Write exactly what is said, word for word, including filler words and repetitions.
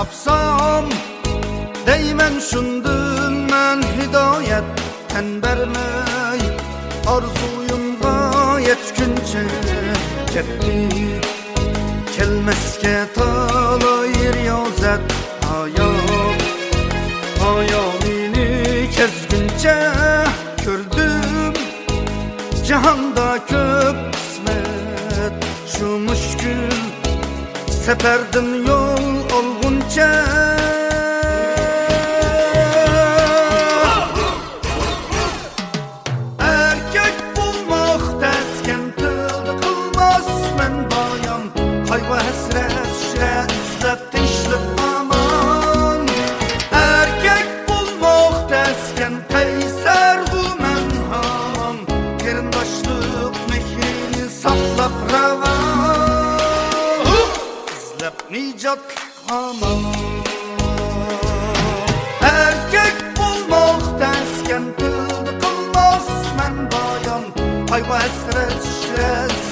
tapsam deymen şundun men hidayet ten bermey arzuyumga yetguncha ketdi kelmeske talayır riyazet hayal hayalini kezguncha gördüm cihanda köp kısmet şu müşkül seferden yol olgunca erkek bulmak desken tıldı kılmaz men bayan hayva hesret şire izlep dinçlip aman erkek bulmak desken kayser bu men haman kerindaşlık mehrini saklap ravan izlep nicat aman erkek bulmak desken tıldı kılmaz men bayan hayva hesret şire